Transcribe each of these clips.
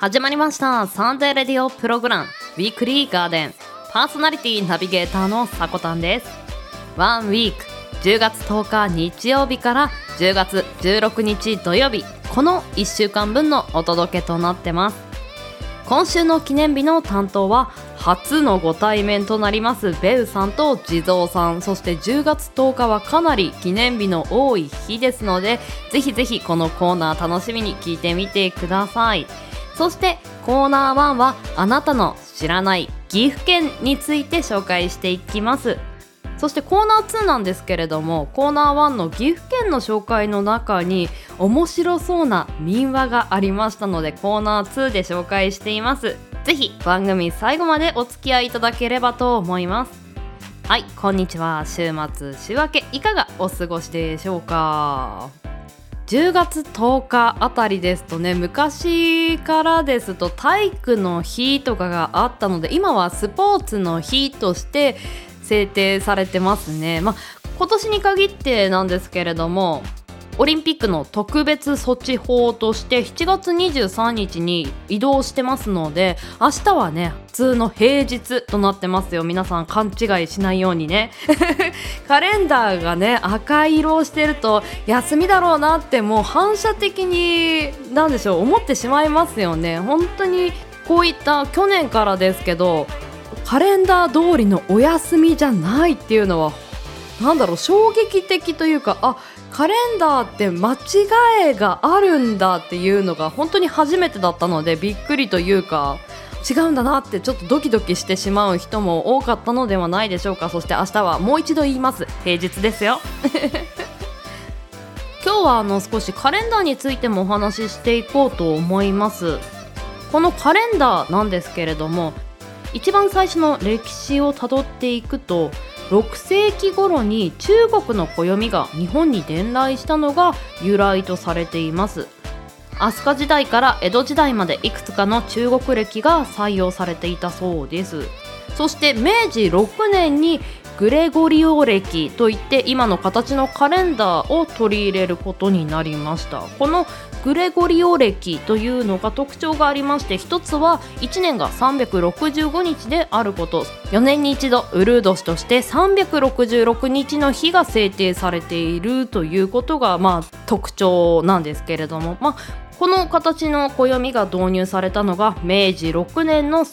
始まりましたサンデーレディオプログラムウィークリーガーデン、パーソナリティナビゲーターのさこたんです。ワンウィーク10月10日日曜日から10月16日土曜日、この1週間分のお届けとなってます。今週の記念日の担当は初のご対面となりますベウさんと地蔵さん、そして10月10日はかなり記念日の多い日ですので、ぜひぜひこのコーナー楽しみに聞いてみてください。そしてコーナー1はあなたの知らない岐阜県について紹介していきます。そしてコーナー2なんですけれども、コーナー1の岐阜県の紹介の中に面白そうな民話がありましたので、コーナー2で紹介しています。ぜひ番組最後までお付き合いいただければと思います。はい、こんにちは。週末週明けいかがお過ごしでしょうか。10月10日あたりですとね、昔からですと体育の日とかがあったので、今はスポーツの日として制定されてますね。今年に限ってなんですけれども、オリンピックの特別措置法として7月23日に移動してますので、明日はね普通の平日となってますよ。皆さん勘違いしないようにねカレンダーがね赤い色をしてると休みだろうなってもう反射的に思ってしまいますよね。本当にこういった去年からですけど、カレンダー通りのお休みじゃないっていうのは衝撃的というか、カレンダーって間違いがあるんだっていうのが本当に初めてだったので、びっくりというか違うんだなってちょっとドキドキしてしまう人も多かったのではないでしょうか。そして明日はもう一度言います、平日ですよ今日は少しカレンダーについてもお話ししていこうと思います。このカレンダーなんですけれども、一番最初の歴史をたどっていくと、6世紀頃に中国の暦が日本に伝来したのが由来とされています。飛鳥時代から江戸時代までいくつかの中国暦が採用されていたそうです。そして明治6年にグレゴリオ暦といって今の形のカレンダーを取り入れることになりました。このグレゴリオ暦というのが特徴がありまして、一つは1年が365日であること。4年に一度ウルー年として366日の日が制定されているということが特徴なんですけれども、この形の暦が導入されたのが明治6年の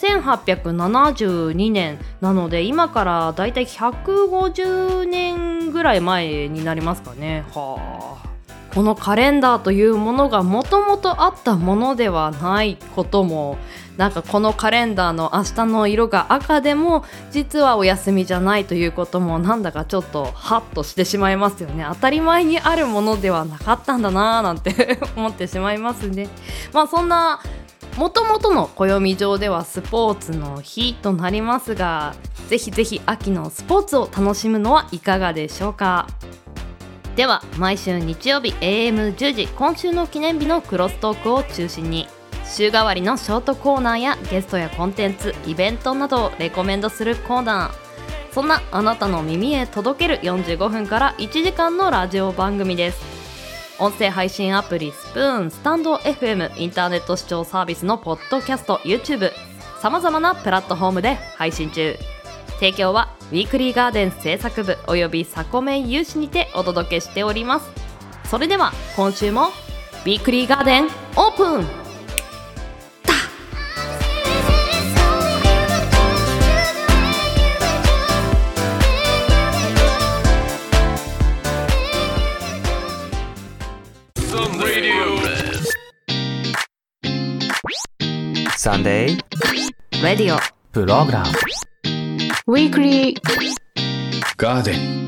1872年なので、今からだいたい150年ぐらい前になりますかね。このカレンダーというものがもともとあったものではないことも、このカレンダーの明日の色が赤でも実はお休みじゃないということもちょっとハッとしてしまいますよね。当たり前にあるものではなかったんだななんて思ってしまいますね。そんな元々の暦上ではスポーツの日となりますが、ぜひぜひ秋のスポーツを楽しむのはいかがでしょうか。では毎週日曜日 AM10 時、今週の記念日のクロストークを中心に週替わりのショートコーナーやゲストやコンテンツ、イベントなどをレコメンドするコーナー、そんなあなたの耳へ届ける45分から1時間のラジオ番組です。音声配信アプリスプーン、スタンド FM、インターネット視聴サービスのポッドキャスト、 YouTube、 さまざまなプラットフォームで配信中。提供はウィークリーガーデン制作部およびサコメン有志にてお届けしております。それでは今週もウィークリーガーデンオープン。 サンデーレディオプログラムウィークリーガーデン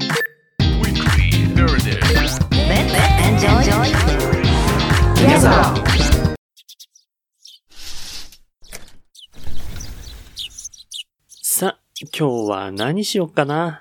さ、今日は何しよっかな。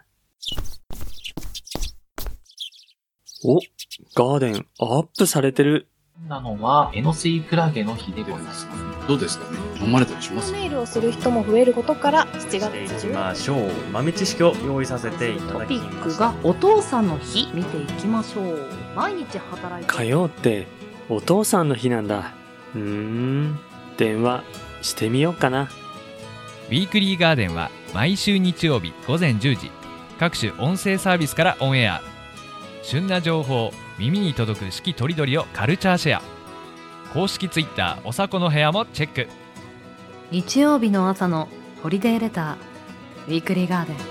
お、ガーデンアップされてる。 なのはエノスイクラゲの日でございます。 どうですかね、飲まれたりします？ メールをする人も増えることから7月していきましょう。豆知識を用意させていただきました。 トピックがお父さんの日見ていきましょう。毎日働いて火曜ってお父さんの日なんだ。 電話してみようかな。 ウィークリーガーデンは毎週日曜日午前10時、各種音声サービスからオンエア。旬な情報、耳に届く四季とりどりをカルチャーシェア。公式ツイッターおさこの部屋もチェック。 日曜日の朝のホリデーレター、ウィークリーガーデン。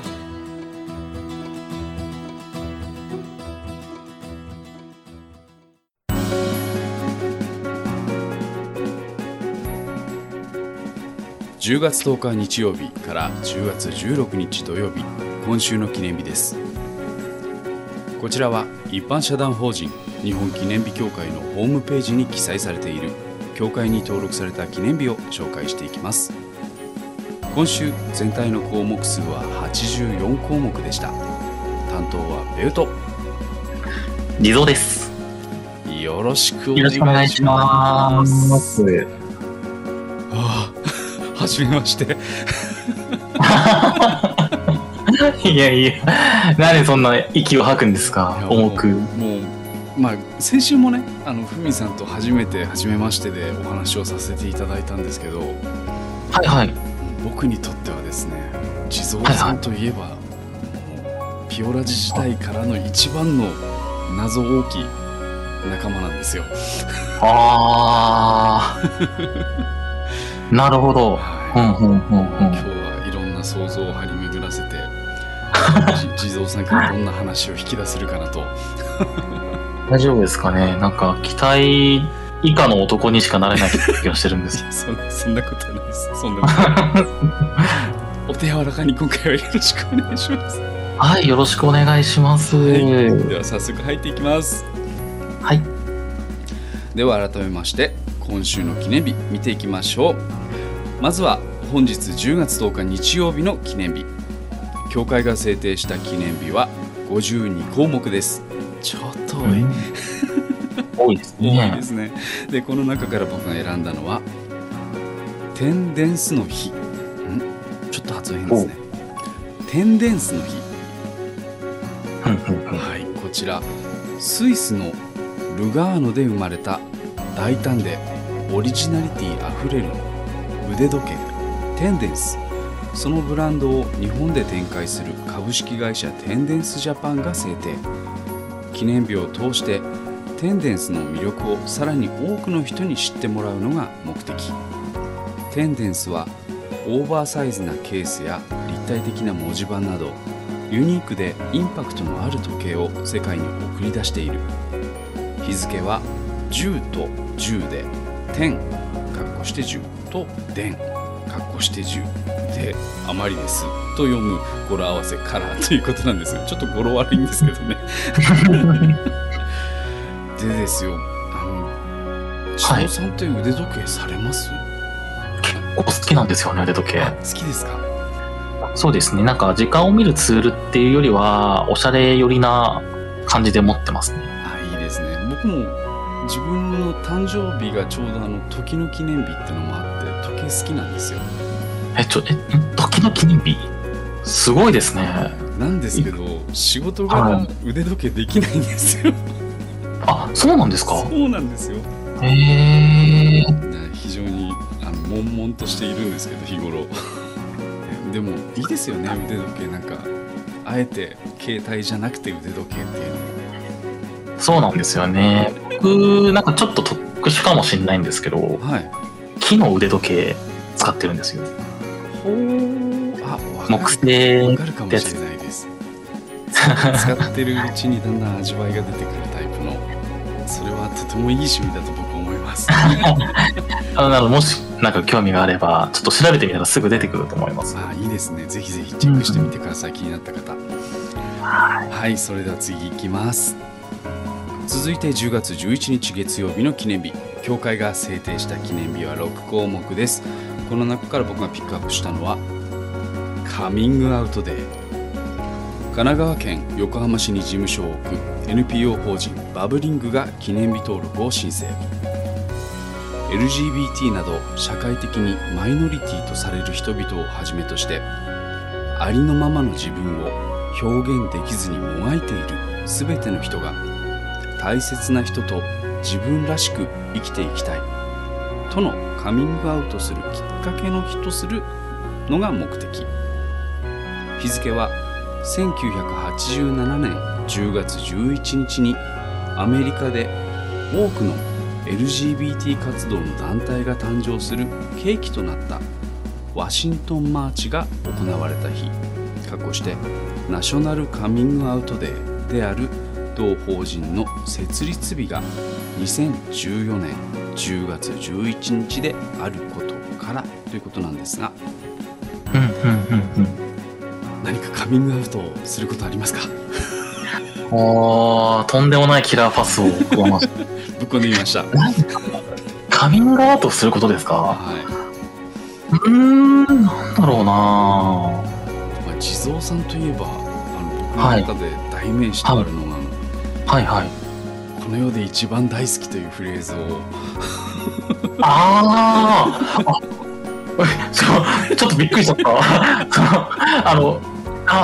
10月10日日曜日から10月16日土曜日、今週の記念日です。こちらは一般社団法人日本記念日協会のホームページに記載されている協会に登録された記念日を紹介していきます。今週全体の項目数は84項目でした。担当はベウト、 リゾです。 よろしくおよろしくお願いし願いしまます。 す。 ああ、はじめまして。 いやいや、なんでそんな息を吐くんですか、重く。 もうまあ先週もね、ふみさんと初めて初めましてでお話をさせていただいたんですけど、 はいはい。 僕にとってはですね、地蔵さんといえば、もうピオラジ時代からの一番の謎大きい仲間なんですよ。 あー。なるほど。 はい、今日はいろんな想像を張り巡らせて地蔵さんからどんな話を引き出せるかなと。 大丈夫ですかね。なんか期待以下の男にしかなれない気がしてるんです。 そんなことないです。そんなことないです。お手柔らかに今回はよろしくお願いします。 はい、よろしくお願いします。 はい、では早速入っていきます。 はい。 では改めまして今週の記念日見ていきましょう。まずは本日10月10日日曜日の記念日。協会が制定した記念日は52項目です。ちょっと多い。 多いですね。 多いですね。で、この中から僕が選んだのはテンデンスの日。ちょっと発音変ですね。テンデンスの日。はい、こちらスイスのルガーノで生まれた大胆でオリジナリティあふれる腕時計テンデンス。そのブランドを日本で展開する株式会社テンデンスジャパンが制定。記念日を通してテンデンスの魅力をさらに多くの人に知ってもらうのが目的。テンデンスはオーバーサイズなケースや立体的な文字盤などユニークでインパクトのある時計を世界に送り出している。日付は10と10で10括弧して10と電括弧して10であまりですと読む語呂合わせからということなんです。ちょっと語呂悪いんですけどね。でですよ、地蔵さんって腕時計されます？ 結構好きなんですよね、腕時計。 好きですか？ そうですね。なんか時間を見るツールっていうよりはおしゃれ寄りな感じで持ってますね。 いいですね。僕も自分の誕生日がちょうど時の記念日ってのもあって時計好きなんですよ。 時の記念日すごいですね。 なんですけど仕事柄腕時計できないんですよ。 あ、そうなんですか？ そうなんですよ。非常に悶々としているんですけど日頃。でもいいですよね、腕時計。なんかあえて携帯じゃなくて腕時計っていうの。 そうなんですよね。僕なんかちょっと特殊かもしれないんですけど、 はい、 木の腕時計使ってるんですよ。木製わかるかもしれないです。使ってるうちにだんだん味わいが出てくるタイプの、それはとてもいい趣味だと僕は思います。 もしなんか興味があればちょっと調べてみたらすぐ出てくると思います。 いいですね。ぜひぜひチェックしてみてください。気になった方。はい、それでは次いきます。続いて10月11日月曜日の記念日。協会が制定した記念日は6項目です。この中から僕がピックアップしたのはカミングアウトデー。神奈川県横浜市に事務所を置く NPO 法人バブリングが記念日登録を申請。 LGBT など社会的にマイノリティとされる人々をはじめとしてありのままの自分を表現できずにもがいているすべての人が大切な人と自分らしく生きていきたいとの考カミングアウトするきっかけの日とするのが目的。日付は1987年10月11日にアメリカで多くの LGBT 活動の団体が誕生する契機となったワシントンマーチが行われた日、過去してナショナルカミングアウトデーである同法人の設立日が2014年10月11日であることからということなんですが、何かカミングアウトすることありますか？ とんでもないキラーパスを加えました。 ぶっこんでみました。 カミングアウトすることですか？ はい。 なんだろうな。 地蔵さんといえば僕の中で代名詞とあるのが、この世で一番大好きというフレーズをちょっとびっくりしちゃった。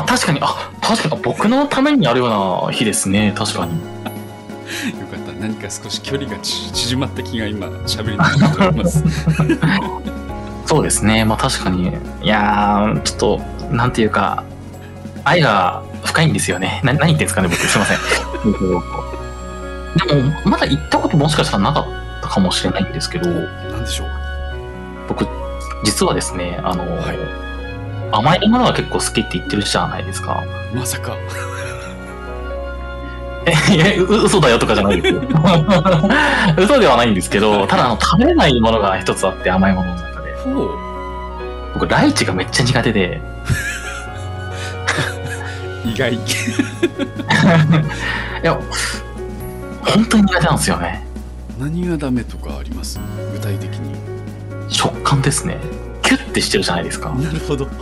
確かに僕のためにあるような日ですね。確かに。よかった。何か少し距離が縮まった気が今喋りながら思います。 そうですね。確かに。いやー、ちょっとなんていうか愛が深いんですよね。何言ってんですかね、僕。すいません。でもまだ行ったこともしかしたらなかったかもしれないんですけど。 なんでしょう。僕実はですね、甘いものが結構好きって言ってるじゃないですか。 まさか。 嘘だよとかじゃないですよ。嘘ではないんですけど、ただ食べれないものが一つあって、甘いものの中で。僕ライチがめっちゃ苦手で。 意外。いや、本当に苦手なんですよね。 何がダメとかあります？具体的に。 食感ですね。キュッてしてるじゃないですか。 なるほど。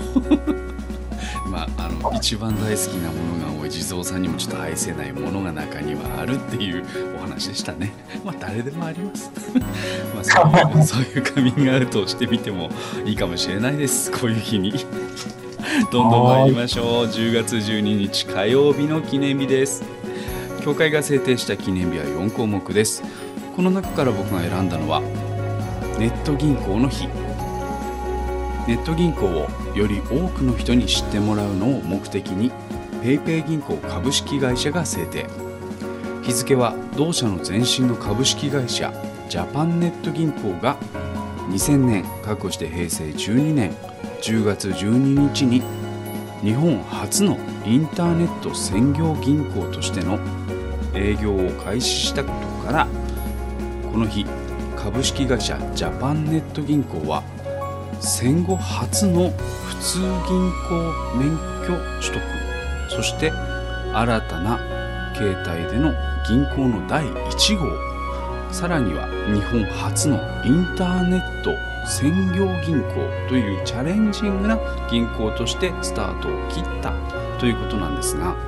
一番大好きなものが多い地蔵さんにもちょっと愛せないものが中にはあるっていうお話でしたね。誰でもあります。そういうカミングアウトをしてみてもいいかもしれないです。こういう日に。どんどん参りましょう。10月12日火曜日の記念日です。教会が制定した記念日は4項目です。この中から僕が選んだのはネット銀行の日。ネット銀行をより多くの人に知ってもらうのを目的に PayPay 銀行株式会社が制定。日付は同社の前身の株式会社ジャパンネット銀行が2000年確保して平成12年10月12日に日本初のインターネット専業銀行としての営業を開始したことから、この日株式会社ジャパンネット銀行は戦後初の普通銀行免許取得、そして新たな形態での銀行の第1号、さらには日本初のインターネット専業銀行というチャレンジングな銀行としてスタートを切ったということなんですが、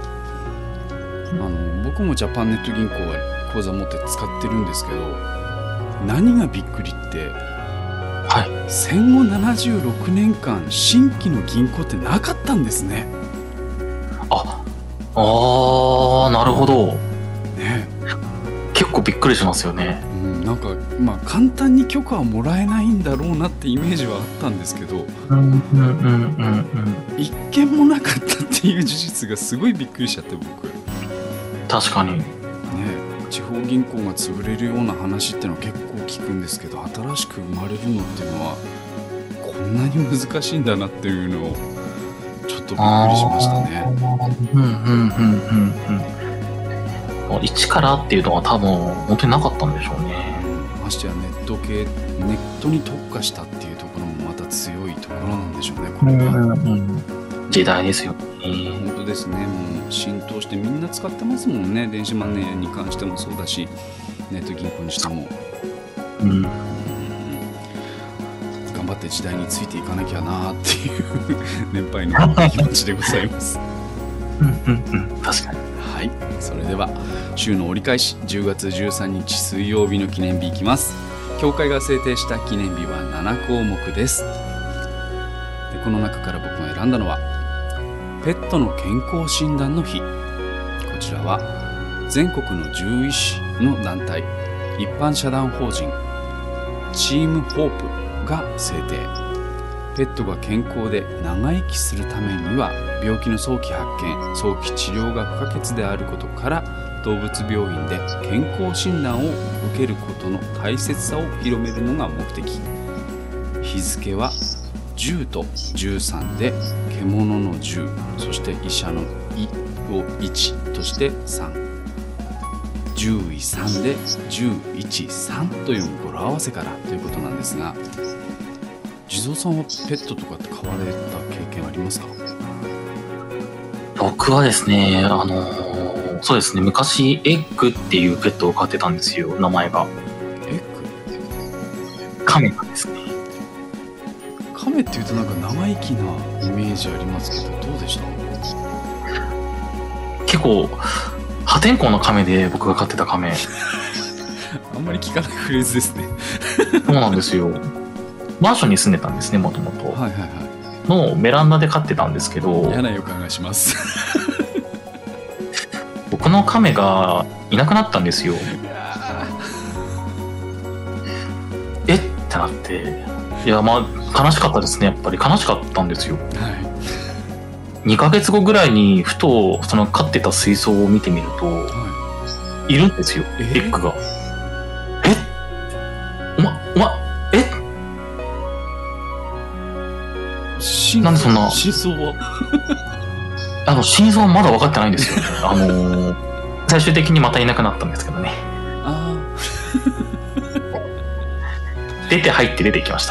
僕もジャパンネット銀行は口座持って使ってるんですけど、何がびっくりって戦後76年間新規の銀行ってなかったんですね。 なるほどね。 結構びっくりしますよね。 なんか簡単に許可はもらえないんだろうなってイメージはあったんですけど、一件もなかったっていう事実がすごいびっくりしちゃって、僕。 確かにね。 地方銀行が潰れるような話ってのは結構聞くんですけど、新しく生まれるのっていうのはこんなに難しいんだなっていうのをちょっとびっくりしましたね。 一からっていうのは多分本当になかったんでしょうね。 ましてやネットに特化したっていうところもまた強いところなんでしょうね、これが。 時代ですよね。 本当ですね。もう浸透してみんな使ってますもんね。電子マネーに関してもそうだし、ネット銀行にしても。頑張って時代についていかなきゃなっていう年配の気持ちでございます。 確かに。 はい、それでは週の折り返し10月13日水曜日の記念日いきます。教会が制定した記念日は7項目です。でこの中から僕が選んだのはペットの健康診断の日。こちらは全国の獣医師の団体、一般社団法人チームホープが制定。ペットが健康で長生きするためには病気の早期発見、早期治療が不可欠であることから動物病院で健康診断を受けることの大切さを広めるのが目的。日付は10と13で獣の10、そして医者の医を1として3、10位3で11、3という語呂合わせからということなんですが、地蔵さんはペットとかって飼われた経験ありますか？ 僕はですね、そうですね、昔エッグっていうペットを飼ってたんですよ。名前がエッグ？ カメなんですね。 カメっていうとなんか生意気なイメージありますけど、どうでした？ 結構破天荒なカメで、僕が飼ってたカメあんまり聞かないフレーズですね。 そうなんですよ。マンションに住んでたんですね、もともと。 はいはいはい。 のベランダで飼ってたんですけど、 嫌な予感がします。 僕のカメがいなくなったんですよ。えってなって、いやまあ悲しかったですね。やっぱり悲しかったんですよ。 はい。 2ヶ月後ぐらいにふとその飼ってた水槽を見てみると、いるんですよ、エッグが。お前なんでそんな真相は真相はまだ分かってないんですよね。最終的にまたいなくなったんですけどね。出て入って出てきました。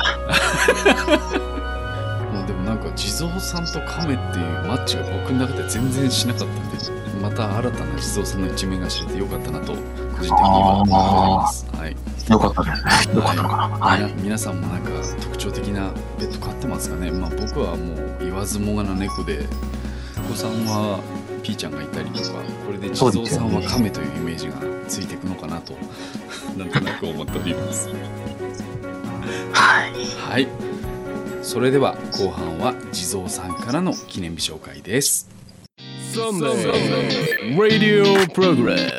でもなんか地蔵さんとカメっていうマッチが僕の中で全然しなかったんで、また新たな地蔵さんの一面が知れてよかったなと個人的には思います。はい。 よかったですね。よかったのかな。はい。 皆さんもなんか特徴的なペット飼ってますかね。まあ僕はもう言わずもがな猫で、お子さんはピーちゃんがいたりとか、これで地蔵さんはカメというイメージがついていくのかなとなんとなく思っております。 はい。 はい。それでは後半は地蔵さんからの記念日紹介です。 Sunday Radio Program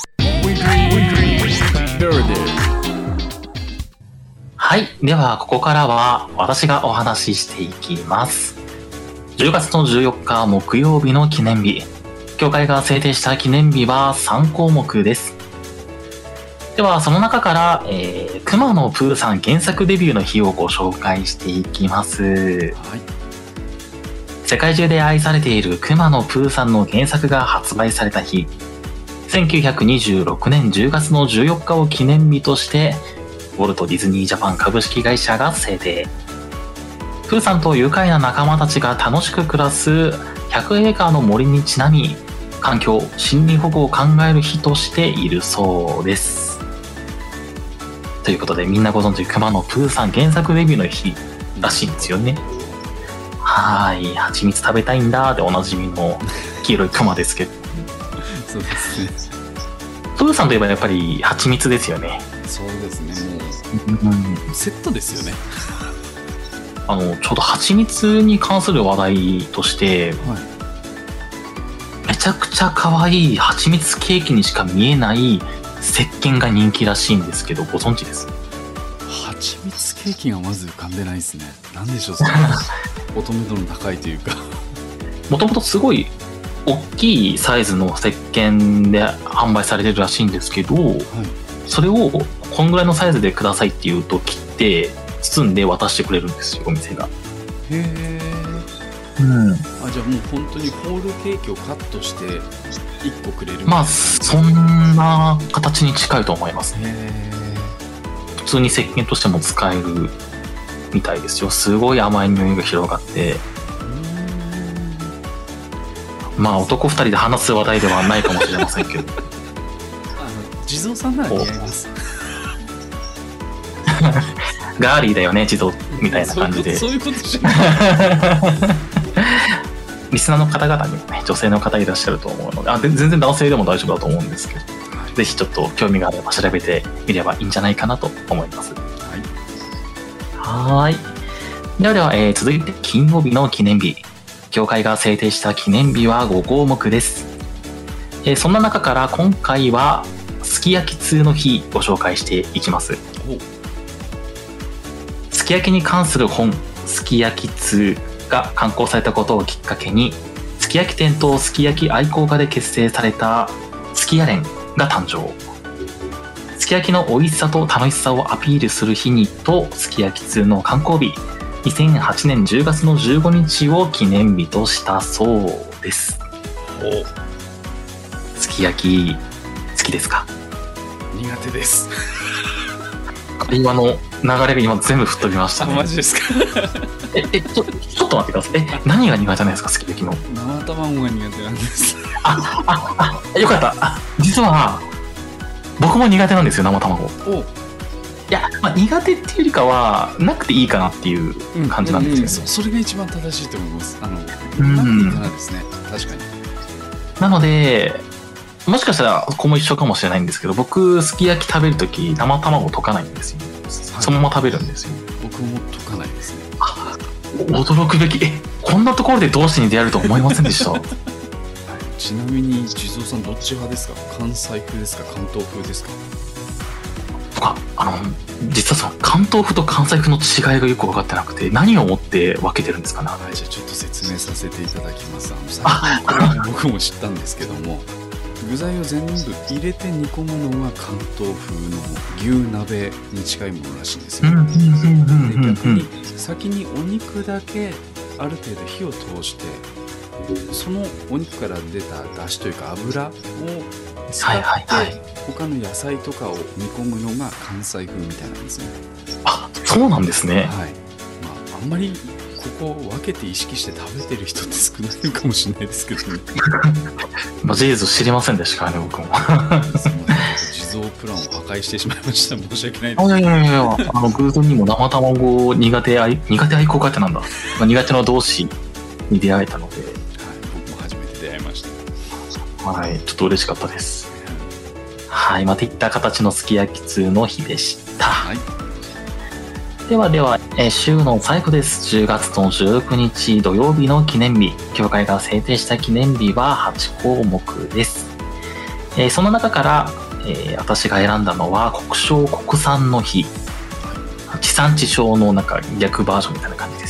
はい。では、ここからは私がお話ししていきます。10月の14日木曜日の記念日。協会が制定した記念日は3項目です。では、その中から、くまのプーさん原作デビューの日をご紹介していきます。はい。世界中で愛されているくまのプーさんの原作が発売された日。1926年10月の14日を記念日として、ウォルト・ディズニー・ジャパン株式会社が制定。プーさんと愉快な仲間たちが楽しく暮らす100エーカーの森にちなみ、環境・森林保護を考える日としているそうです。ということで、みんなご存知くまのプーさん原作デビューの日らしいんですよね。はい、蜂蜜食べたいんだでおなじみの黄色いクマですけど。 そうですね。 プーさんといえばやっぱり蜂蜜ですよね。 そうですね。もう、セットですよね。 ちょうど蜂蜜に関する話題として、めちゃくちゃ可愛い蜂蜜ケーキにしか見えない石鹸が人気らしいんですけど、ご存知です？ 蜂蜜ケーキがまず浮かんでないですね。なんでしょう、その乙女度の高いというか。 もともとすごい大きいサイズの石鹸で販売されてるらしいんですけど、それをこんぐらいのサイズでくださいって言うと切って包んで渡してくれるんですよ、お店が。 へえ。じゃあもう本当にホールケーキをカットして1個くれるみたいな。 まあそんな形に近いと思いますね。普通に石鹸としても使えるみたいですよ。すごい甘い匂いが広がって、まあ男2人で話す話題ではないかもしれませんけど地蔵さんなら似合います。 ガーリーだよね地蔵みたいな感じで。 そういうことじゃないリスナーの方々にもね、女性の方いらっしゃると思うので、全然男性でも大丈夫だと思うんですけど、ぜひちょっと興味があれば調べてみればいいんじゃないかなと思います。はい。では、続いて金曜日の記念日。協会が制定した記念日は5項目です。そんな中から今回はすき焼き通の日ご紹介していきます。すき焼きに関する本すき焼き通が刊行されたことをきっかけに、すき焼き店とすき焼き愛好家で結成されたすきや連が誕生。すき焼きの美味しさと楽しさをアピールする日にと、すき焼き通の刊行日2008年10月の15日を記念日としたそうです。すき焼き好きですか？ 苦手です。 会話の流れが今全部吹っ飛びましたね。 マジですか？ ちょっと待ってください。何が苦手なんですか、すき焼きの？ 生卵が苦手なんです。 よかった。実は僕も苦手なんですよ、生卵。いや、苦手っていうよりかはなくていいかなっていう感じなんですよ、 それが一番正しいと思います。なくていいからですね。確かに。 なのでもしかしたらここも一緒かもしれないんですけど、僕すき焼き食べるとき生卵溶かないんですよ、そのまま食べるんですよ。 僕も溶かないですね。 驚くべき。こんなところで同志に出会えると思いませんでした。 ちなみに地蔵さんどっち派ですか？関西風ですか？関東風ですか？ とか実はその関東風と関西風の違いがよく分かってなくて、何をもって分けてるんですかね。 じゃあちょっと説明させていただきます。最近これは僕も知ったんですけども、具材を全部入れて煮込むのが関東風の牛鍋に近いものらしいんですよ。で、逆に先にお肉だけある程度火を通して、そのお肉から出た出汁というか油を使って他の野菜とかを煮込むのが関西風みたいなんですね。 そうなんですね。 あんまりここを分けて意識して食べてる人って少ないのかもしれないですけどね。 事実知りませんでしたからね、僕も。 地蔵プランを破壊してしまいました。申し訳ないです。 いや偶然にも生卵苦手愛好家ってなんだ、苦手の同士に出会えたので、 僕も初めて出会いました。 ちょっと嬉しかったです。といった形のすき焼き通の日でした。では、週の最後です。10月の19日土曜日の記念日。協会が制定した記念日は8項目です。その中から、私が選んだのは国消国産の日。地産地消の逆バージョンみたいな感じです。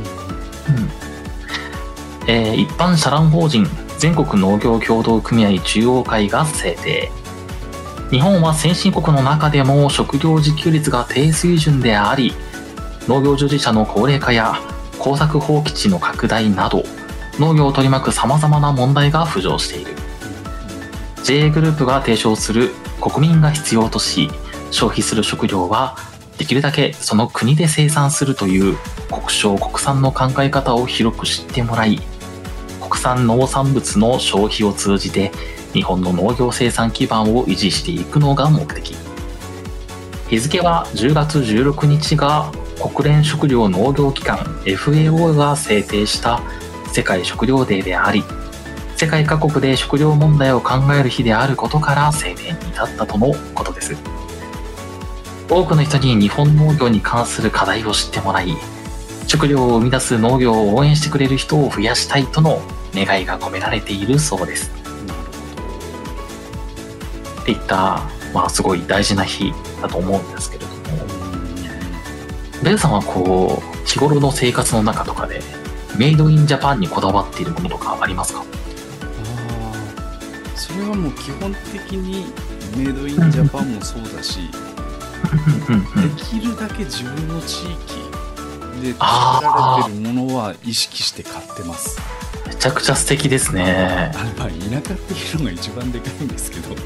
一般社団法人全国農業協同組合中央会が制定。日本は先進国の中でも食料自給率が低水準であり、農業従事者の高齢化や耕作放棄地の拡大など、農業を取り巻くさまざまな問題が浮上している。 JA グループが提唱する国民が必要とし消費する食料はできるだけその国で生産するという国消国産の考え方を広く知ってもらい、国産農産物の消費を通じて日本の農業生産基盤を維持していくのが目的。日付は10月16日が国連食糧農業機関 FAO が制定した世界食糧デーであり、世界各国で食糧問題を考える日であることから制定に至ったとのことです。多くの人に日本農業に関する課題を知ってもらい、食料を生み出す農業を応援してくれる人を増やしたいとの願いが込められているそうです。っていった、すごい大事な日だと思うんですけれども、ベルさんは日頃の生活の中とかでメイドインジャパンにこだわっているものとかありますか？ それはもう基本的にメイドインジャパンもそうだし、できるだけ自分の地域で作られてるものは意識して買ってます。 めちゃくちゃ素敵ですね。 田舎っていうのが一番でかいんですけど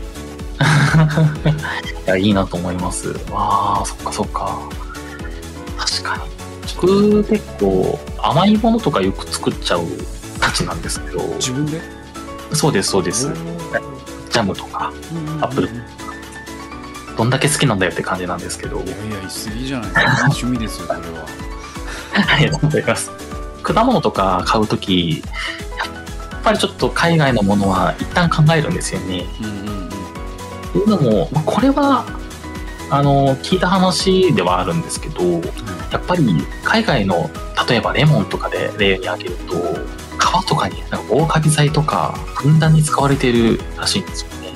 いいなと思います。そっか確かに僕結構甘いものとかよく作っちゃうたちなんですけど。 自分で？ そうですジャムとかアップルどんだけ好きなんだよって感じなんですけど。いや言い過ぎじゃないですか。趣味ですよこれは。 ありがとうございます。果物とか買うときやっぱりちょっと海外のものは一旦考えるんですよね。というのもこれは聞いた話ではあるんですけど、やっぱり海外の例えばレモンとかで例に挙げると皮とかに防カビ剤とかふんだんに使われているらしいんですよね。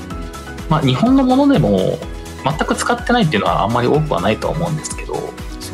日本のものでも全く使ってないっていうのはあんまり多くはないとは思うんですけど、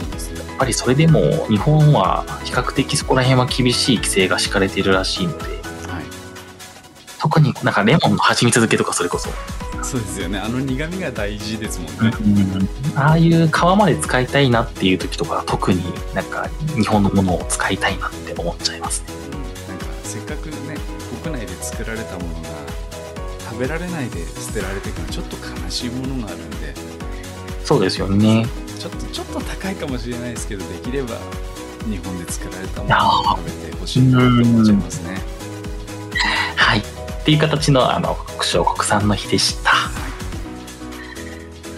ぱりそれでも日本は比較的そこら辺は厳しい規制が敷かれているらしいので、 はい、 特になんかレモンの蜂蜜漬けとかそれこそそうですよね。苦味が大事ですもんね。 ああいう皮まで使いたいなっていう時とか特になんか日本のものを使いたいなって思っちゃいますね。 なんかせっかくね国内で作られたものが食べられないで捨てられていくのはちょっと悲しいものがあるんで。 そうですよね。 ちょっと高いかもしれないですけど、できれば日本で作られたものを食べてほしいなと思っちゃいますね。 はいっていう形の国賞国産の日でした。はい、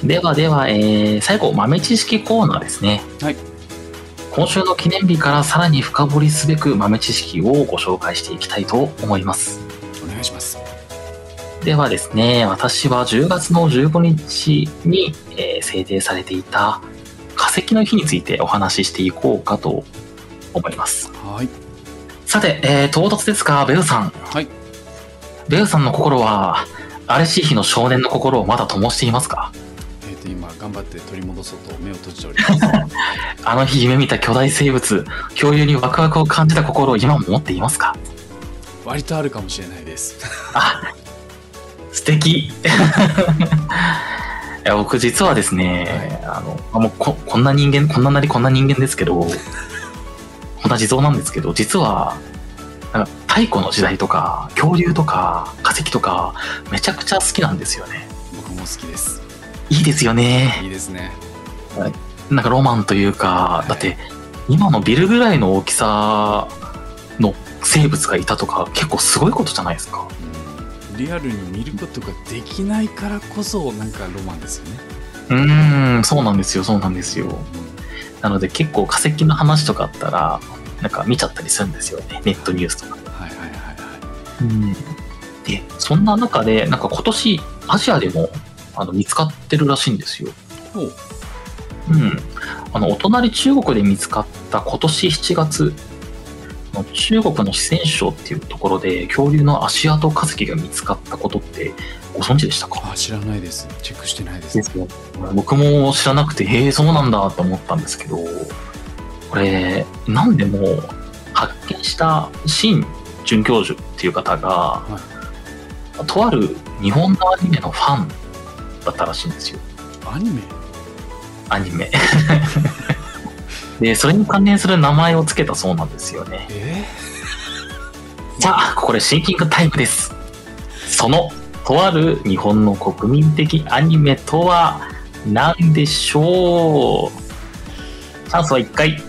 では、最後豆知識コーナーですね。 はい。 今週の記念日からさらに深掘りすべく豆知識をご紹介していきたいと思います。 お願いします。 ではですね、私は10月の15日に、制定されていた化石の日についてお話ししていこうかと思います。 はい。 さて、唐突ですがベルさん。 はい。 ベルさんの心は荒れしい日の少年の心をまだ灯していますか？ 今頑張って取り戻そうと目を閉じております。 あの日夢見た巨大生物、恐竜にワクワクを感じた心を今も持っていますか？ 割とあるかもしれないです。 あ、素敵。いや僕実はですね、もうこんな人間ですけど、こんな地蔵なんですけど、実は太古の時代とか恐竜とか化石とかめちゃくちゃ好きなんですよね。 僕も好きです。 いいですよね。 いいですね。 なんかロマンというか、だって今のビルぐらいの大きさの生物がいたとか結構すごいことじゃないですか。 リアルに見ることができないからこそなんかロマンですよね。 そうなんですよ。なので結構化石の話とかあったらなんか見ちゃったりするんですよね、ネットニュースとか。でそんな中でなんか今年アジアでも見つかってるらしいんですよ。お隣中国で見つかった今年7月中国の四川省っていうところで恐竜の足跡化石が見つかったことってご存知でしたか？ 知らないです。チェックしてないです。 僕も知らなくてそうなんだと思ったんですけど、これなんでも発見した陳准教授っていう方が、とある日本のアニメのファンだったらしいんですよ。 アニメでそれに関連する名前をつけたそうなんですよね。さあここでシンキングタイムです。そのとある日本の国民的アニメとは何でしょう？チャンスは1回。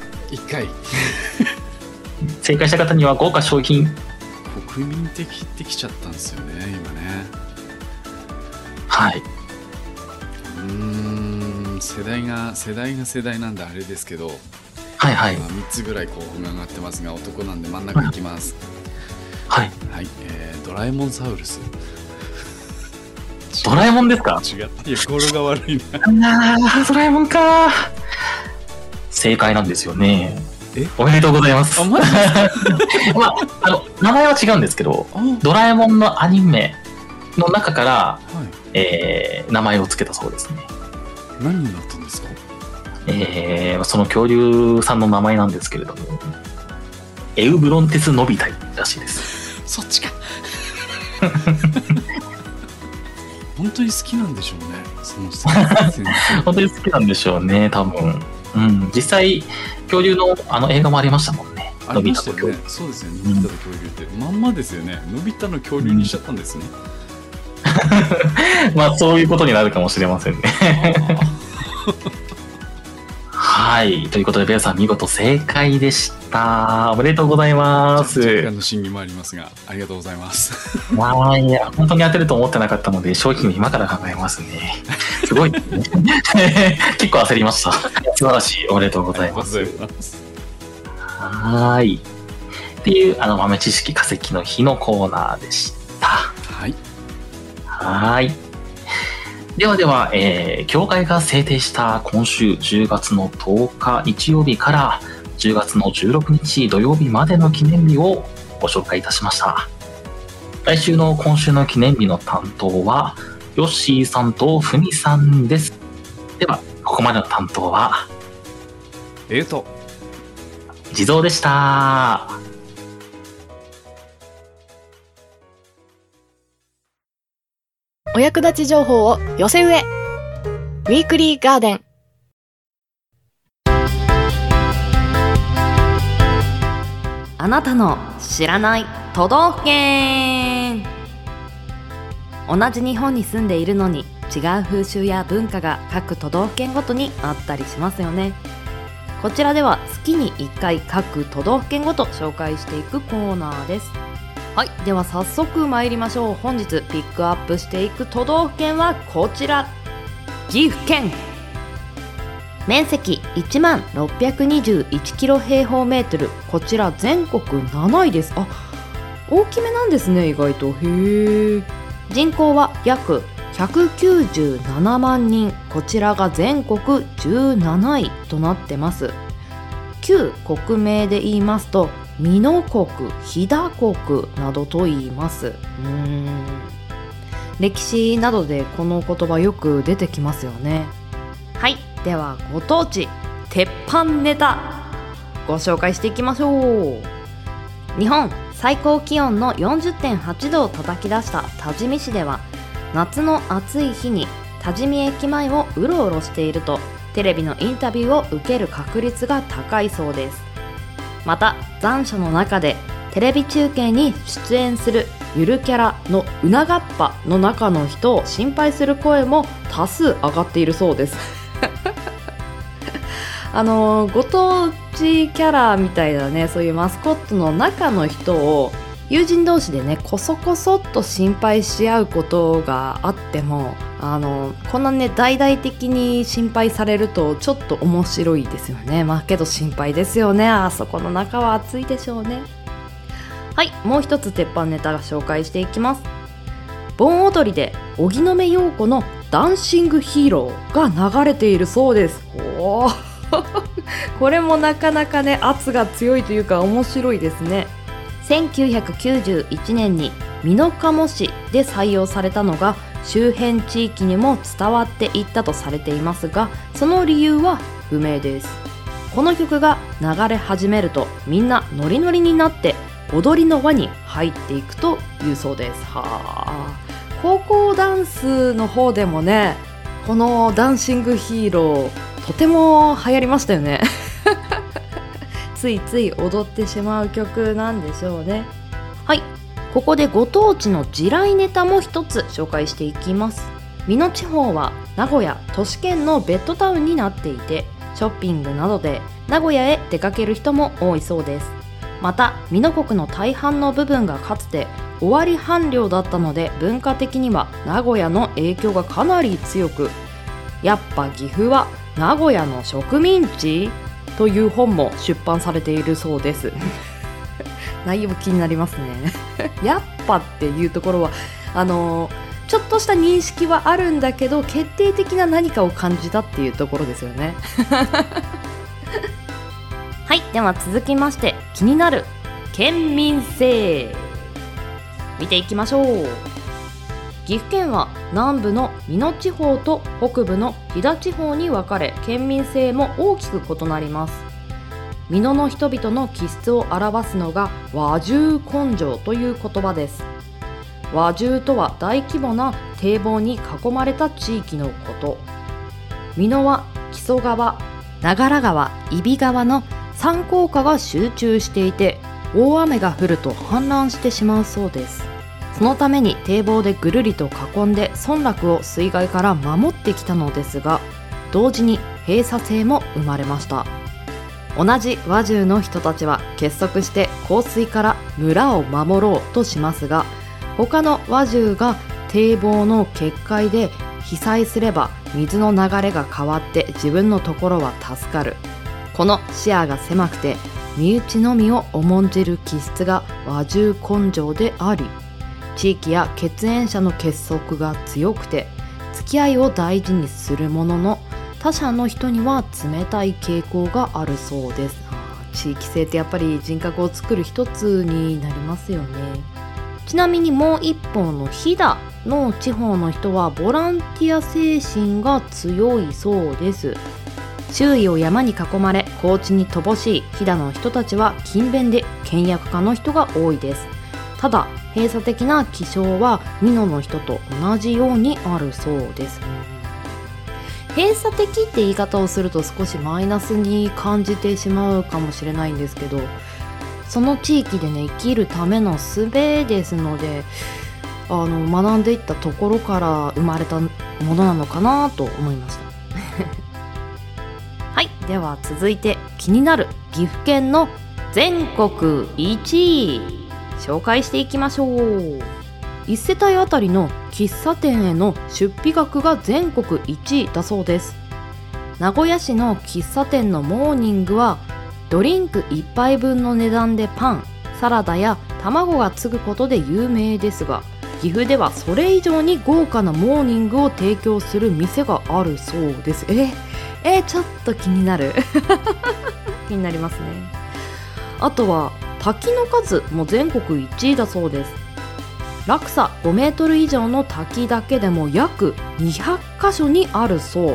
正解した方には豪華賞品。 国民的ってきちゃったんですよね今ね。 はい。 世代なんであれですけど、3つぐらい候補が上がってますが、男なんで真ん中いきます。ドラえもんサウルス。 ドラえもんですか？ 違った。いや語呂が悪いな。ドラえもんか。正解なんですよね。おめでとうございます。名前は違うんですけど、ドラえもんのアニメの中から、名前を付けたそうですね。 何になったんですか？ その恐竜さんの名前なんですけれども、エウブロンテスノビタイらしいです。 そっちか。本当に好きなんでしょうね、その先生。 本当に好きなんでしょうね、多分。実際恐竜の映画もありましたもんね。 ありましたよね。そうですよね。のび太の恐竜ってまんまですよね。のび太の恐竜にしちゃったんですね。 そういうことになるかもしれませんね。はい、ということでベアさん見事正解でした。おめでとうございます。 若干の審議もありますが、ありがとうございます。 いや本当に当てると思ってなかったので商品を今から考えますね。すごい、結構焦りました。素晴らしい。おめでとうございます。はい。っていう豆知識化石の日のコーナーでした。はい。では、協会が制定した今週10月の10日日曜日から10月の16日土曜日までの記念日をご紹介いたしました。今週の記念日の担当はヨッシーさんとフミさんです。ではここまでの担当はと地蔵でした。 お役立ち情報を寄せ植え。ウィークリーガーデン。 あなたの知らない都道府県。同じ日本に住んでいるのに違う風習や文化が各都道府県ごとにあったりしますよね。こちらでは月に1回各都道府県ごと紹介していくコーナーです。はい、では早速参りましょう。本日ピックアップしていく都道府県はこちら、岐阜県。面積1621キロ平方メートル、こちら全国7位です。大きめなんですね、意外と。へー。人口は約197万人、こちらが全国17位となってます。旧国名で言いますと美濃国、飛騨国などと言います。歴史などでこの言葉よく出てきますよね。はい、ではご当地鉄板ネタご紹介していきましょう。日本最高気温の 40.8 度を叩き出した多治見市では、夏の暑い日に多治見駅前をうろうろしているとテレビのインタビューを受ける確率が高いそうです。また残暑の中でテレビ中継に出演するゆるキャラのうながっぱの中の人を心配する声も多数上がっているそうですご当地キャラみたいなね、そういうマスコットの中の人を友人同士でねこそこそっと心配し合うことがあっても、こんなね大々的に心配されるとちょっと面白いですよね。けど心配ですよね。あそこの中は暑いでしょうね。はい、もう一つ鉄板ネタが紹介していきます。盆踊りで荻野目洋子のダンシングヒーローが流れているそうです。これもなかなかね圧が強いというか面白いですね。1991年に美濃加茂市で採用されたのが周辺地域にも伝わっていったとされていますが、その理由は不明です。この曲が流れ始めるとみんなノリノリになって踊りの輪に入っていくというそうです。高校ダンスの方でもねこのダンシングヒーローとても流行りましたよねついつい踊ってしまう曲なんでしょうね。はい、ここでご当地の地雷ネタも一つ紹介していきます。美濃地方は名古屋都市圏のベッドタウンになっていて、ショッピングなどで名古屋へ出かける人も多いそうです。また美濃国の大半の部分がかつて尾張藩領だったので、文化的には名古屋の影響がかなり強く、やっぱ岐阜は名古屋の植民地という本も出版されているそうです内容気になりますねやっぱっていうところはちょっとした認識はあるんだけど、決定的な何かを感じたっていうところですよねはい、では続きまして気になる県民性見ていきましょう。岐阜県は南部の美濃地方と北部の飛騨地方に分かれ、県民性も大きく異なります。美濃の人々の気質を表すのが和住根性という言葉です。和住とは大規模な堤防に囲まれた地域のこと。美濃は木曽川、長良川、揖斐川の3高架が集中していて、大雨が降ると氾濫してしまうそうです。そのために堤防でぐるりと囲んで村落を水害から守ってきたのですが、同時に閉鎖性も生まれました。同じ和住の人たちは結束して洪水から村を守ろうとしますが、他の和住が堤防の決壊で被災すれば水の流れが変わって自分のところは助かる。この視野が狭くて身内のみを重んじる気質が和住根性であり、地域や血縁者の結束が強くて付き合いを大事にするものの、他者の人には冷たい傾向があるそうです。地域性ってやっぱり人格を作る一つになりますよね。ちなみにもう一方の飛騨の地方の人はボランティア精神が強いそうです。 周囲を山に囲まれ高地に乏しい飛騨の人たちは勤勉で倹約家の人が多いです。ただ閉鎖的な気象は美濃の人と同じようにあるそうです。閉鎖的って言い方をすると少しマイナスに感じてしまうかもしれないんですけど、その地域でね生きるための術ですので、学んでいったところから生まれたものなのかなと思いましたはい、では続いて気になる岐阜県の全国1位紹介していきましょう。1世帯あたりの喫茶店への出費額が全国1位だそうです。名古屋市の喫茶店のモーニングはドリンク1杯分の値段でパン、サラダや卵がつくことで有名ですが、岐阜ではそれ以上に豪華なモーニングを提供する店があるそうです。ちょっと気になる気になりますね。あとは滝の数も全国1位だそうです。落差5メートル以上の滝だけでも約200カ所にあるそう。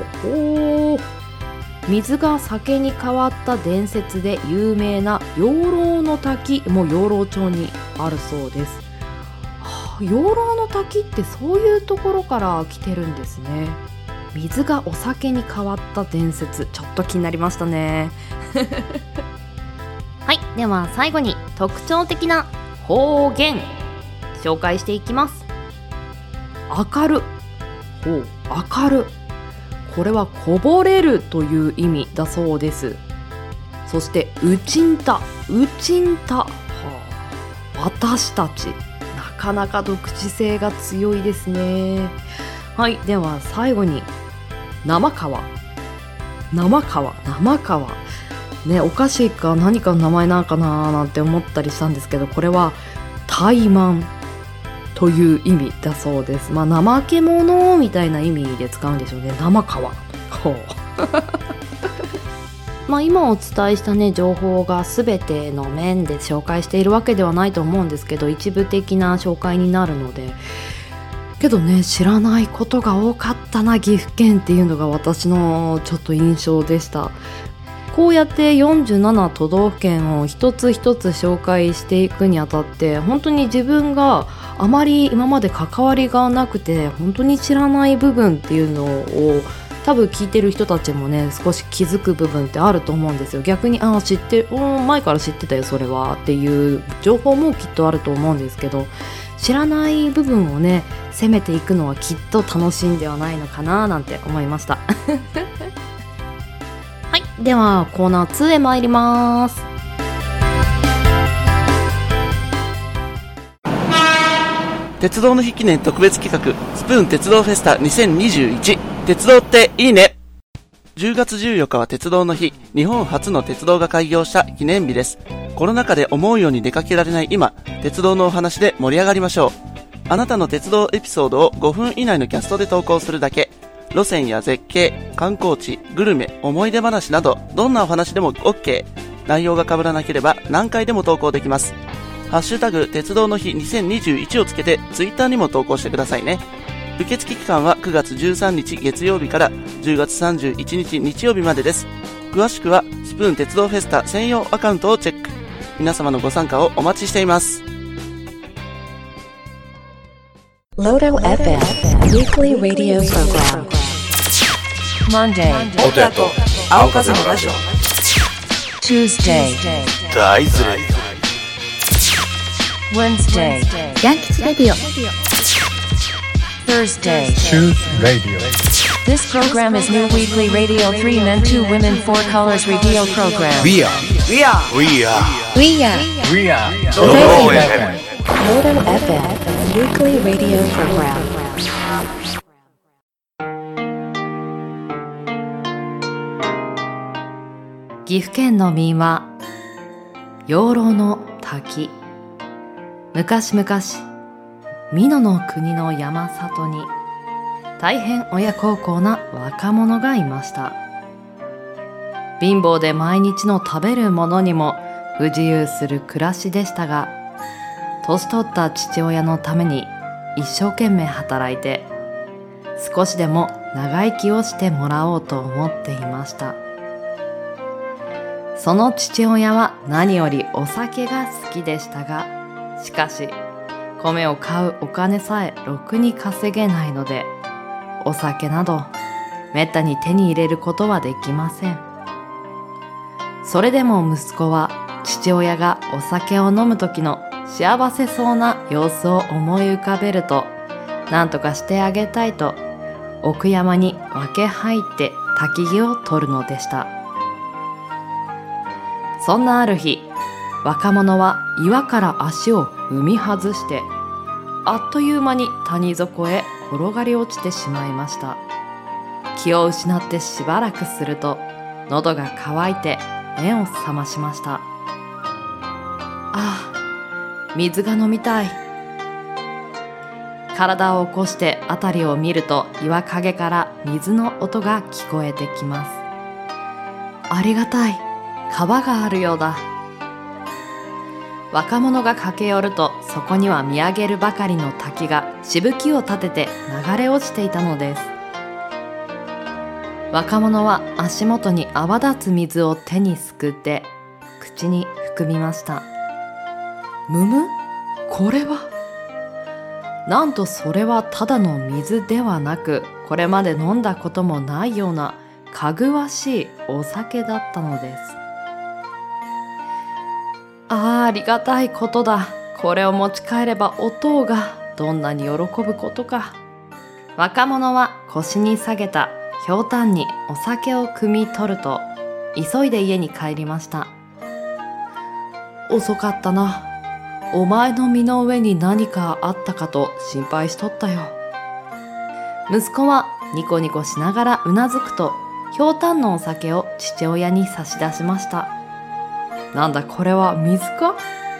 水が酒に変わった伝説で有名な養老の滝も養老町にあるそうです。養老の滝ってそういうところから来てるんですね。水がお酒に変わった伝説、ちょっと気になりましたねはい、では最後に特徴的な方言紹介していきます。明る、明る、これはこぼれるという意味だそうです。そしてうちんた、私たち、なかなか独自性が強いですね。はい、では最後に生川ね、お菓子か何かの名前なんかななんて思ったりしたんですけど、これは怠慢という意味だそうです。怠け者みたいな意味で使うんでしょうね。生川今お伝えしたね情報が全ての面で紹介しているわけではないと思うんですけど、一部的な紹介になるので、けどね、知らないことが多かったな岐阜県っていうのが私のちょっと印象でした。こうやって47都道府県を一つ一つ紹介していくにあたって、本当に自分があまり今まで関わりがなくて本当に知らない部分っていうのを多分聞いてる人たちもね少し気づく部分ってあると思うんですよ。逆に知ってる、前から知ってたよそれはっていう情報もきっとあると思うんですけど、知らない部分をね攻めていくのはきっと楽しいんではないのかななんて思いましたはい、ではコーナー2へ参ります。 鉄道の日記念特別企画スプーン鉄道フェスタ2021、鉄道っていいね。10月14日は鉄道の日、日本初の鉄道が開業した記念日です。コロナ禍で思うように出かけられない今、鉄道のお話で盛り上がりましょう。あなたの鉄道エピソードを5分以内のキャストで投稿するだけ。路線や絶景、観光地、グルメ、思い出話などどんなお話でも OK。 内容が被らなければ何回でも投稿できます。ハッシュタグ鉄道の日2021をつけてツイッターにも投稿してくださいね。受付期間は9月13日月曜日から10月31日日曜日までです。詳しくはスプーン鉄道フェスタ専用アカウントをチェック。皆様のご参加をお待ちしています。 Lodo FM Weekly Radio Program Monday オトヤと青風のラジオ Tuesday 大ズレ Wednesday ヤンキツレディオ Thursday Truth Radio. This program is new weekly radio 3 men 2 women 4 colors radio program. We are Lodo FM Weekly Radio Program. 岐阜県の民話養老の滝。昔々美濃の国の山里に大変親孝行な若者がいました。貧乏で毎日の食べるものにも不自由する暮らしでしたが、年取った父親のために一生懸命働いて少しでも長生きをしてもらおうと思っていました。 その父親は何よりお酒が好きでしたが、しかし米を買うお金さえろくに稼げないので、お酒などめったに手に入れることはできません。それでも息子は父親がお酒を飲む時の幸せそうな様子を思い浮かべると、何とかしてあげたいと奥山に分け入って焚き木を取るのでした。そんなある日、若者は岩から足を踏み外して、あっという間に谷底へ転がり落ちてしまいました。気を失ってしばらくすると、喉が渇いて目を覚ましました。ああ、水が飲みたい。体を起こしてあたりを見ると、岩陰から水の音が聞こえてきます。ありがたい、川があるようだ。若者が駆け寄ると、そこには見上げるばかりの滝がしぶきを立てて流れ落ちていたのです。若者は足元に泡立つ水を手にすくって口に含みました。むむ？これは？なんとそれはただの水ではなく、これまで飲んだこともないようなかぐわしいお酒だったのです。ありがたいことだ。これを持ち帰ればお父がどんなに喜ぶことか。若者は腰に下げたひょうたんにお酒を汲み取ると、急いで家に帰りました。遅かったな。お前の身の上に何かあったかと心配しとったよ。息子はニコニコしながらうなずくと、ひょうたんのお酒を父親に差し出しました。なんだこれは水か？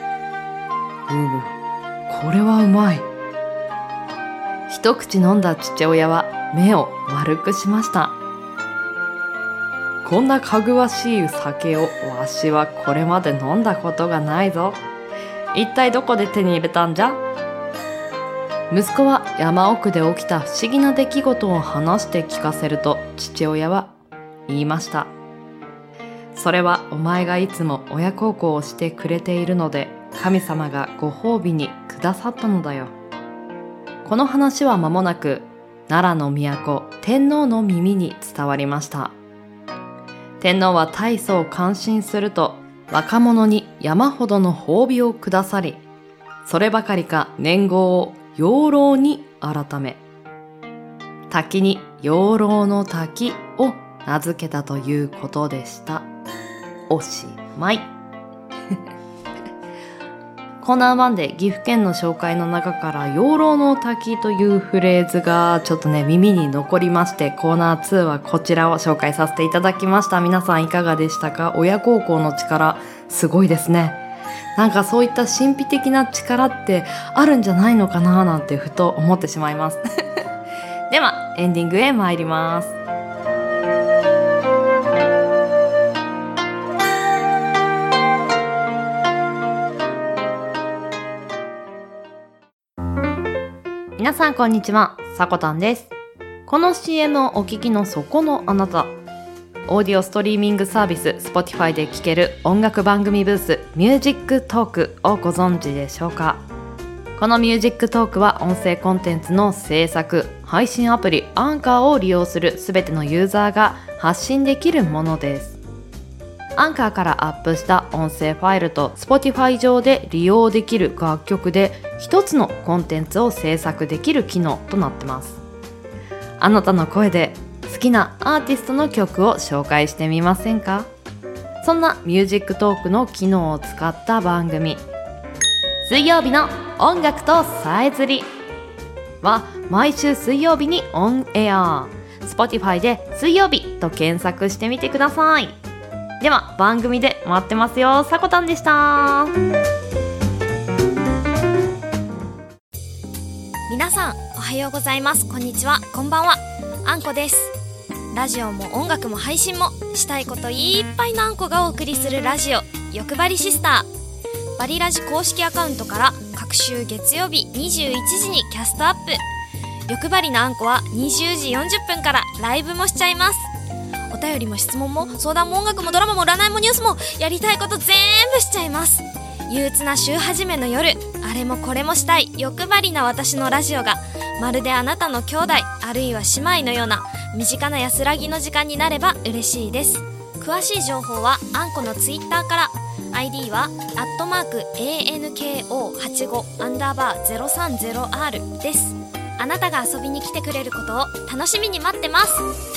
これはうまい。一口飲んだ父親は目を丸くしました。こんなかぐわしい酒をわしはこれまで飲んだことがないぞ。一体どこで手に入れたんじゃ？息子は山奥で起きた不思議な出来事を話して聞かせると、父親は言いました。それはお前がいつも親孝行をしてくれているので、神様がご褒美にくださったのだよ。この話は間もなく奈良の都天皇の耳に伝わりました。天皇は大層感心すると、若者に山ほどの褒美をくださり、そればかりか年号を養老に改め、滝に養老の滝を名付けたということでした。おしまい。コーナー1で岐阜県の紹介の中から養老の滝というフレーズがちょっとね耳に残りまして、コーナー2はこちらを紹介させていただきました。皆さんいかがでしたか？親孝行の力すごいですね。なんかそういった神秘的な力ってあるんじゃないのかななんてふと思ってしまいますではエンディングへ参ります。皆さんこんにちは、さこたんです。この CM をお聞きのそこのあなた、オーディオストリーミングサービス Spotify で聴ける音楽番組ブースミュージックトークをご存知でしょうか？このミュージックトークは音声コンテンツの制作、配信アプリアンカーを利用するすべてのユーザーが発信できるものです。アンカーからアップした音声ファイルと Spotify 上で利用できる楽曲で一つのコンテンツを制作できる機能となってます。あなたの声で好きなアーティストの曲を紹介してみませんか？そんなミュージックトークの機能を使った番組、水曜日の音楽とさえずりは毎週水曜日にオンエア。 Spotify で水曜日と検索してみてください。では番組で待ってますよ。さこたんでした。 皆さんおはようございます、こんにちは、こんばんは。あんこです。ラジオも音楽も配信もしたいこといっぱいのあんこがお送りするラジオ、欲張りシスター。バリラジ公式アカウントから各週月曜日21時にキャストアップ。欲張りのあんこは20時40分からライブもしちゃいます。 お便りも質問も相談も音楽もドラマも占いもニュースもやりたいこと全部しちゃいます。憂鬱な週始めの夜、あれもこれもしたい欲張りな私のラジオがまるであなたの兄弟あるいは姉妹のような身近な安らぎの時間になれば嬉しいです。詳しい情報はあんこのツイッターから。 ID は@ANKO85_030R です。あなたが遊びに来てくれることを楽しみに待ってます。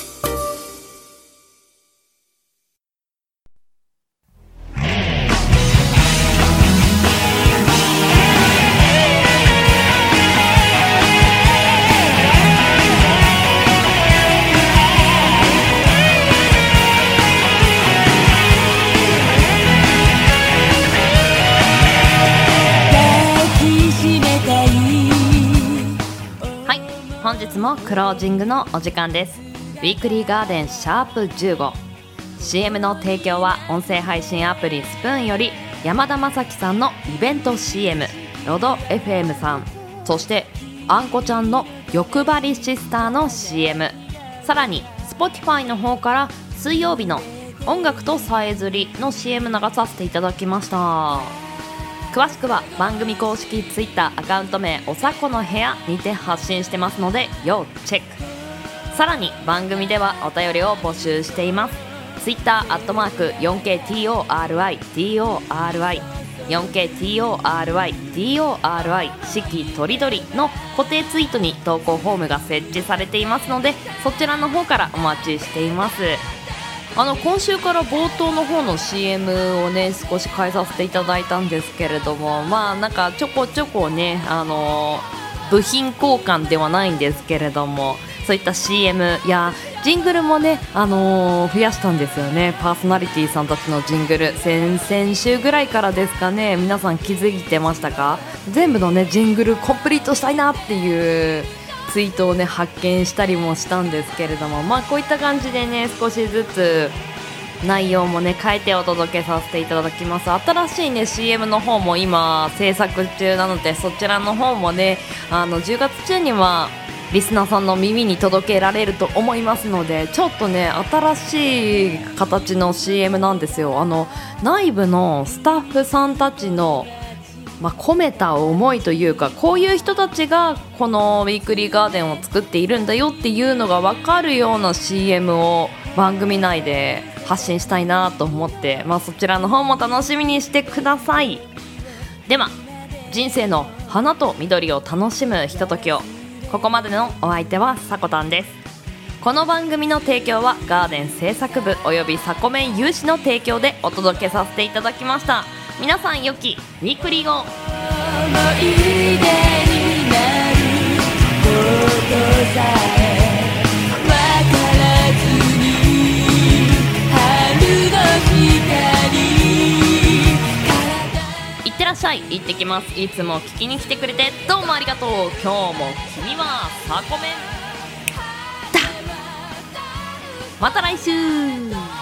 本日もクロージングのお時間です。ウィークリーガーデンシャープ 15。CM の提供は音声配信アプリスプーンより山田正樹さんのイベント CM、 ロド FM さん、そしてあんこちゃんの欲張りシスターの CM、 さらに Spotify の方から水曜日の音楽とさえずりの CM 流させていただきました。詳しくは番組公式 Twitter アカウント名おさこの部屋にて発信してますので要チェック。さらに番組ではお便りを募集しています。 Twitter @4KTORIDORI 4KTORIDORI 四季とりどりの固定ツイートに投稿フォームが設置されていますので、そちらの方からお待ちしています。今週から冒頭の方の CM をね少し変えさせていただいたんですけれども、なんかちょこちょこね部品交換ではないんですけれども、そういった CM やジングルもね増やしたんですよね。パーソナリティさんたちのジングル先々週ぐらいからですかね。皆さん気づいてましたか？全部のねジングルコンプリートしたいなっていうツイートをね発見したりもしたんですけれども、こういった感じでね少しずつ内容もね変えてお届けさせていただきます。新しいね CM の方も今制作中なので、そちらの方もね10月中にはリスナーさんの耳に届けられると思いますので、ちょっとね新しい形の CM なんですよ。内部のスタッフさんたちの込めた思いというか、こういう人たちがこのウィークリーガーデンを作っているんだよっていうのが分かるような CM を番組内で発信したいなと思って、そちらの方も楽しみにしてください。では人生の花と緑を楽しむひとときを。ここまでのお相手はさこたんです。この番組の提供はガーデン制作部およびサコメン有志の提供でお届けさせていただきました。皆さん良きウィークリーを。思い出になることさえわからずに春の光いってらっしゃい。行ってきます。いつも聞きに来てくれてどうもありがとう。今日も君はサコメンだ。また来週。